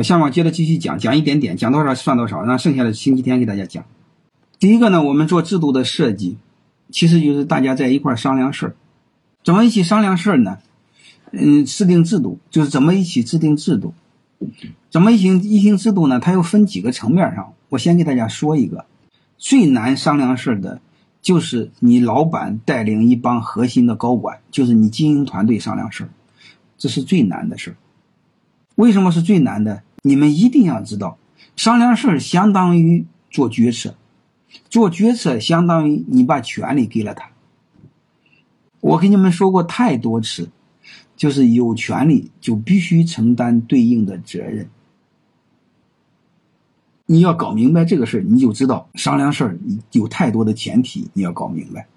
下面接着继续讲一点点，讲多少算多少，让剩下的星期天给大家讲。第一个呢，我们做制度的设计，其实就是大家在一块商量事儿。怎么一起商量事儿呢？制定制度，就是怎么一起制定制度。怎么一行制度呢？它又分几个层面上。我先给大家说一个，最难商量事儿的，就是你老板带领一帮核心的高管，就是你经营团队商量事儿，这是最难的事儿。为什么是最难的？你们一定要知道，商量事儿相当于做决策，做决策相当于你把权力给了他。我跟你们说过太多次，就是有权利就必须承担对应的责任。你要搞明白这个事儿，你就知道商量事儿有太多的前提，你要搞明白。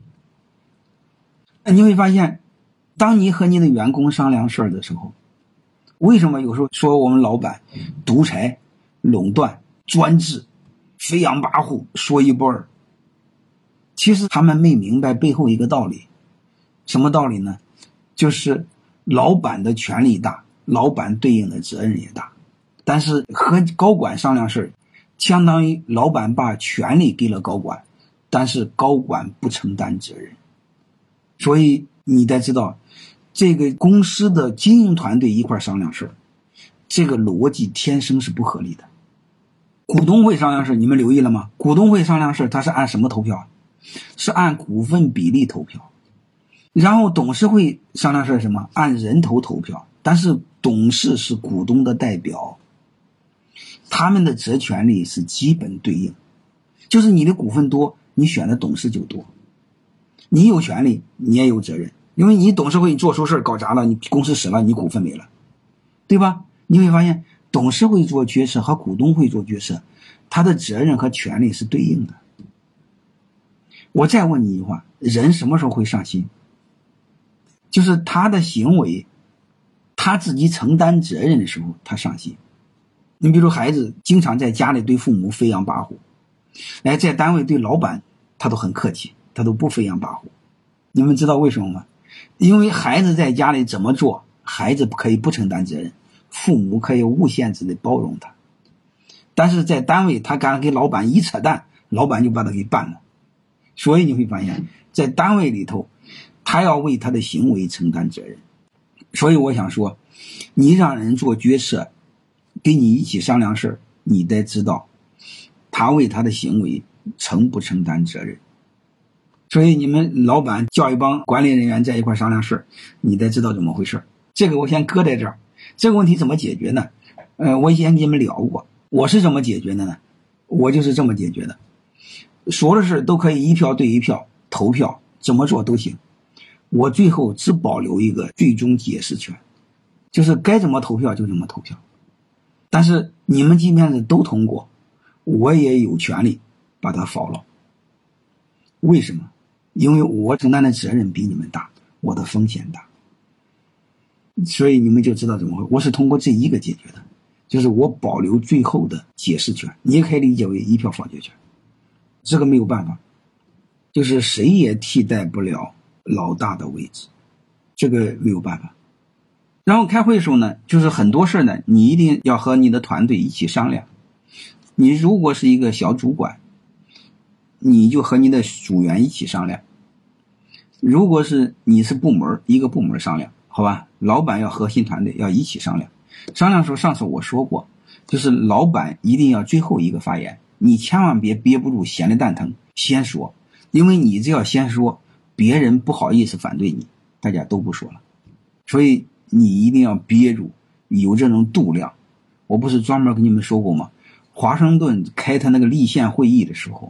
那你会发现，当你和你的员工商量事儿的时候，为什么有时候说我们老板独裁、垄断、专制、飞扬跋扈，说一不二？其实他们没明白背后一个道理。什么道理呢？就是老板的权力大，老板对应的责任也大。但是和高管商量事，相当于老板把权力给了高管，但是高管不承担责任。所以你得知道，这个公司的经营团队一块商量事，这个逻辑天生是不合理的。股东会商量事，你们留意了吗？股东会商量事，它是按什么投票？是按股份比例投票。然后董事会商量事是什么？按人头投票。但是董事是股东的代表，他们的责权利是基本对应，就是你的股份多，你选的董事就多，你有权利，你也有责任，因为你董事会做出事搞砸了，你公司死了，你股份没了，对吧？你会发现董事会做决策和股东会做决策，他的责任和权利是对应的。我再问你一句话，人什么时候会上心？就是他的行为他自己承担责任的时候他上心。你比如孩子经常在家里对父母飞扬跋扈，在单位对老板他都很客气，他都不飞扬跋扈。你们知道为什么吗？因为孩子在家里怎么做，孩子可以不承担责任，父母可以无限制的包容他。但是在单位他敢给老板一扯淡，老板就把他给办了。所以你会发现在单位里头他要为他的行为承担责任。所以我想说，你让人做决策，跟你一起商量事，你得知道他为他的行为承不承担责任。所以你们老板叫一帮管理人员在一块商量事，你得知道怎么回事。这个我先搁在这儿。这个问题怎么解决呢？我以前跟你们聊过，我是怎么解决的呢？我就是这么解决的。所有的事都可以一票对一票投票，怎么做都行。我最后只保留一个最终解释权，就是该怎么投票就怎么投票。但是你们即便是都通过，我也有权利把它否了。为什么？因为我承担的责任比你们大，我的风险大。所以你们就知道怎么回事。我是通过这一个解决的，就是我保留最后的解释权，你也可以理解为一票否决权。这个没有办法，就是谁也替代不了老大的位置，这个没有办法。然后开会的时候呢，就是很多事呢，你一定要和你的团队一起商量。你如果是一个小主管，你就和你的组员一起商量。如果是你是部门，一个部门商量，好吧？老板要核心团队要一起商量。商量的时候，上次我说过，就是老板一定要最后一个发言，你千万别憋不住闲的蛋疼先说，因为你只要先说，别人不好意思反对你，大家都不说了。所以你一定要憋住，有这种度量。我不是专门跟你们说过吗？华盛顿开他那个立宪会议的时候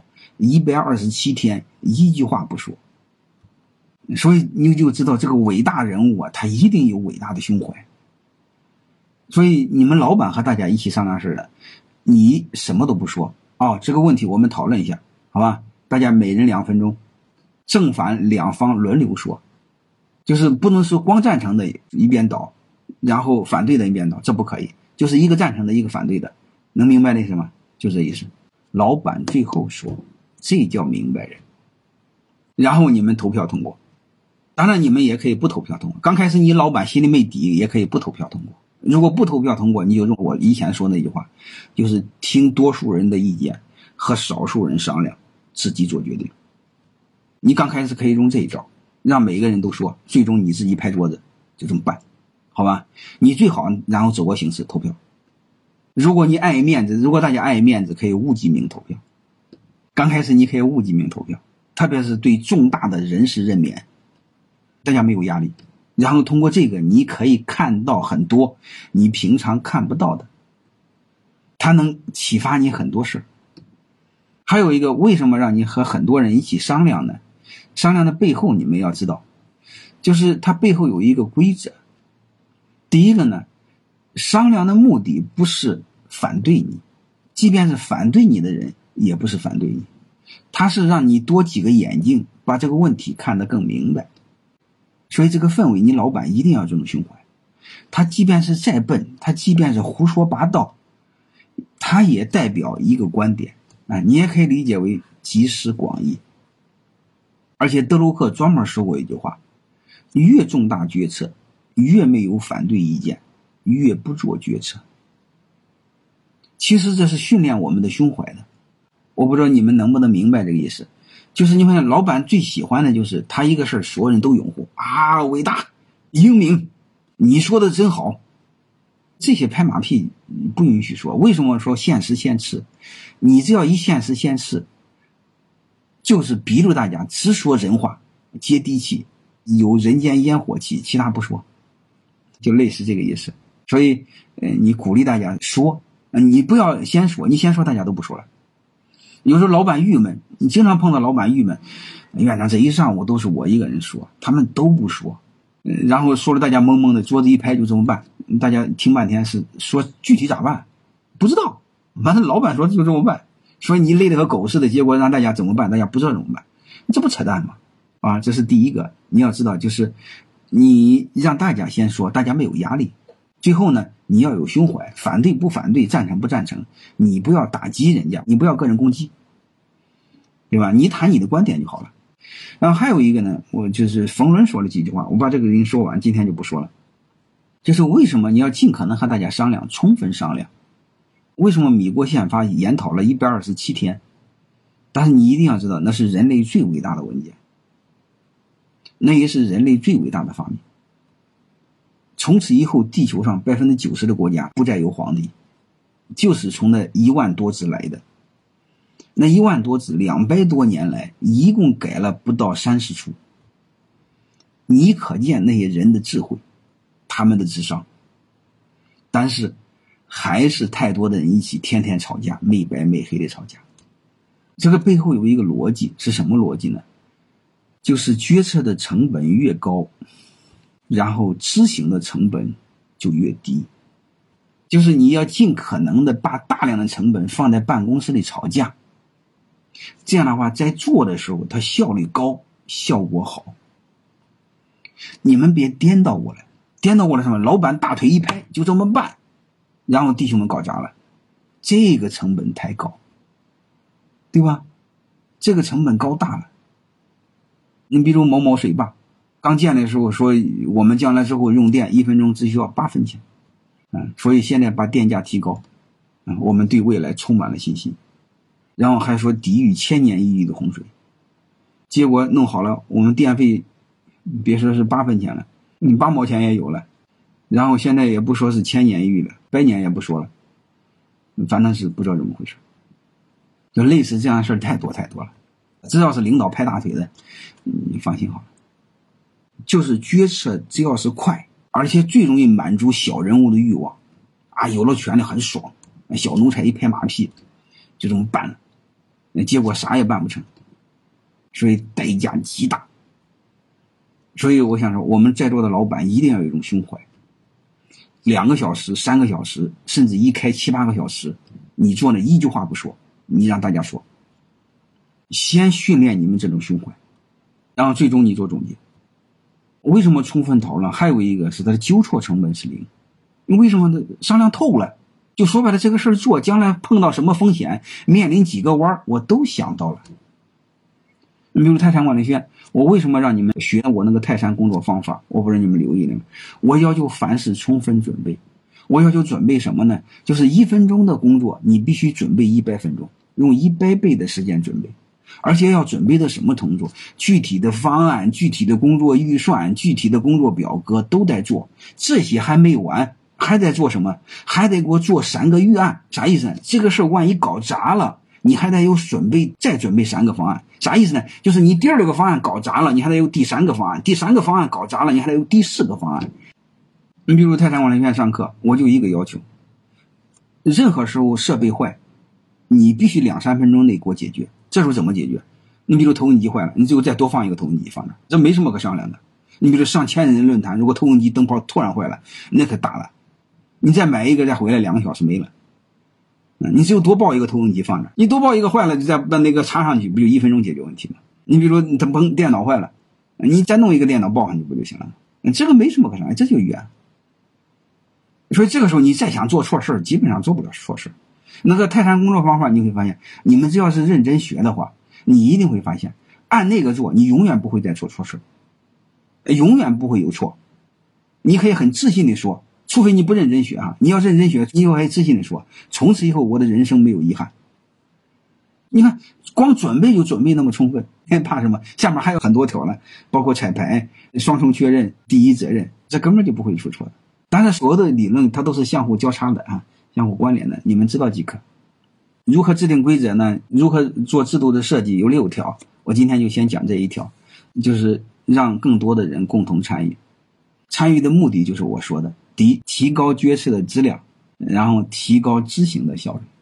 ，127天一句话不说。所以你就知道这个伟大人物啊，他一定有伟大的胸怀。所以你们老板和大家一起商量事的，你什么都不说这个问题我们讨论一下，好吧？大家每人2分钟，正反两方轮流说，就是不能说光赞成的一边倒，然后反对的一边倒，这不可以，就是一个赞成的一个反对的，能明白那什么？就这意思。老板最后说，这叫明白人。然后你们投票通过，当然你们也可以不投票通过。刚开始你老板心里没底，也可以不投票通过， 如果不投票通过，你就用我以前说那句话，就是听多数人的意见，和少数人商量，自己做决定。你刚开始可以用这一招，让每个人都说，最终你自己拍桌子，就这么办，好吧？你最好然后走个形式投票。如果你爱面子，如果大家爱面子，可以无记名投票。刚开始你可以无记名投票，特别是对重大的人事任免，大家没有压力。然后通过这个，你可以看到很多你平常看不到的，它能启发你很多事。还有一个，为什么让你和很多人一起商量呢？商量的背后你们要知道，就是它背后有一个规则。第一个呢，商量的目的不是反对你，即便是反对你的人也不是反对你，它是让你多几个眼睛把这个问题看得更明白。所以这个氛围你老板一定要这种胸怀，他即便是再笨，他即便是胡说八道，他也代表一个观点啊，你也可以理解为集思广益。而且德鲁克专门说过一句话，越重大决策越没有反对意见，越不做决策。其实这是训练我们的胸怀的，我不知道你们能不能明白这个意思。就是你看老板最喜欢的就是他一个事儿所有人都拥护啊，伟大英明，你说的真好。这些拍马屁不允许说。为什么说现实先吃？你只要一现实先吃，就是逼着大家只说人话，接地气，有人间烟火气，其他不说，就类似这个意思。所以你鼓励大家说，你不要先说，你先说大家都不说了。有时候老板郁闷，你经常碰到老板郁闷，院长这一上午都是我一个人说，他们都不说，然后说了大家懵懵的，桌子一拍就这么办，大家听半天是说具体咋办不知道，反正老板说就这么办，所以你累得和狗似的，结果让大家怎么办，大家不知道怎么办，这不扯淡吗？啊，这是第一个，你要知道，就是你让大家先说，大家没有压力。最后呢，你要有胸怀，反对不反对，赞成不赞成，你不要打击人家，你不要个人攻击，对吧？你谈你的观点就好了。然后还有一个呢，我就是冯仑说了几句话，我把这个人说完，今天就不说了。就是为什么你要尽可能和大家商量，充分商量？为什么米国宪法研讨了127天？但是你一定要知道，那是人类最伟大的文件，那也是人类最伟大的发明。从此以后，地球上90%的国家不再有皇帝，就是从那1万多字来的。那1万多字200多年来，一共改了不到30处。你可见那些人的智慧，他们的智商。但是还是太多的人一起天天吵架，没白没黑的吵架。这个背后有一个逻辑，是什么逻辑呢？就是决策的成本越高，然后执行的成本就越低。就是你要尽可能的把大量的成本放在办公室里吵架，这样的话在做的时候它效率高，效果好。你们别颠倒过来，颠倒过来什么？老板大腿一拍就这么办，然后弟兄们搞砸了，这个成本太高，对吧？这个成本高大了。你比如某某水坝刚建的时候说，我们将来之后用电1分钟只需要8分钱，所以现在把电价提高，我们对未来充满了信心。然后还说抵御1000年一遇的洪水，结果弄好了，我们电费别说是8分钱了，你8毛钱也有了。然后现在也不说是1000年一遇了，100年也不说了，反正是不知道怎么回事。就类似这样的事太多太多了，只要是领导拍大腿的，你放心好了。就是决策只要是快，而且最容易满足小人物的欲望啊，有了权力很爽，小奴才一拍马屁就这么办了，结果啥也办不成，所以代价极大。所以我想说，我们在座的老板一定要有一种胸怀，2个小时3个小时甚至一开7、8个小时，你做那一句话不说，你让大家说，先训练你们这种胸怀，然后最终你做总结。为什么充分讨论？还有一个是它的纠错成本是0。为什么呢？商量透了，就说白了，这个事儿做，将来碰到什么风险，面临几个弯，我都想到了。比如泰山管理学院，我为什么让你们学我那个泰山工作方法？我不知道你们留意了吗？我要求凡事充分准备， 我要求准备什么呢？就是1分钟的工作，你必须准备100分钟，用100倍的时间准备。而且要准备的什么工作？具体的方案、具体的工作预算、具体的工作表格都得做。这些还没完，还得做什么？还得给我做3个预案。啥意思呢？这个事万一搞砸了，你还得有再准备3个方案。啥意思呢？就是你第2个方案搞砸了，你还得有第3个方案，第3个方案搞砸了，你还得有第4个方案。你比如泰山管理学院上课，我就一个要求，任何时候设备坏，你必须2-3分钟内给我解决。这时候怎么解决？你比如投影机坏了，你最后再多放一个投影机放那，这没什么可商量的。你比如上千人论坛，如果投影机灯泡突然坏了，那可大了，你再买一个再回来2个小时没了。你只有多报一个投影机放着，你多报一个坏了就再把那个插上去，不就1分钟解决问题吗？你比如说他电脑坏了，你再弄一个电脑报上去不就行了？这个没什么可商量，这就预案。所以这个时候你再想做错事基本上做不了错事。那个泰山工作方法你会发现，你们只要是认真学的话，你一定会发现按那个做，你永远不会再做错事，永远不会有错。你可以很自信的说，除非你不认真学啊，你要认真学，你就可以自信的说，从此以后我的人生没有遗憾。你看光准备就准备那么充分，怕什么？下面还有很多条呢，包括彩排、双重确认、第一责任，这根本就不会出错的。当然所有的理论它都是相互交叉的啊，相互关联的，你们知道即可。如何制定规则呢？如何做制度的设计有6条，我今天就先讲这1条，就是让更多的人共同参与。参与的目的就是我说的，第一，提高决策的质量，然后提高执行的效率。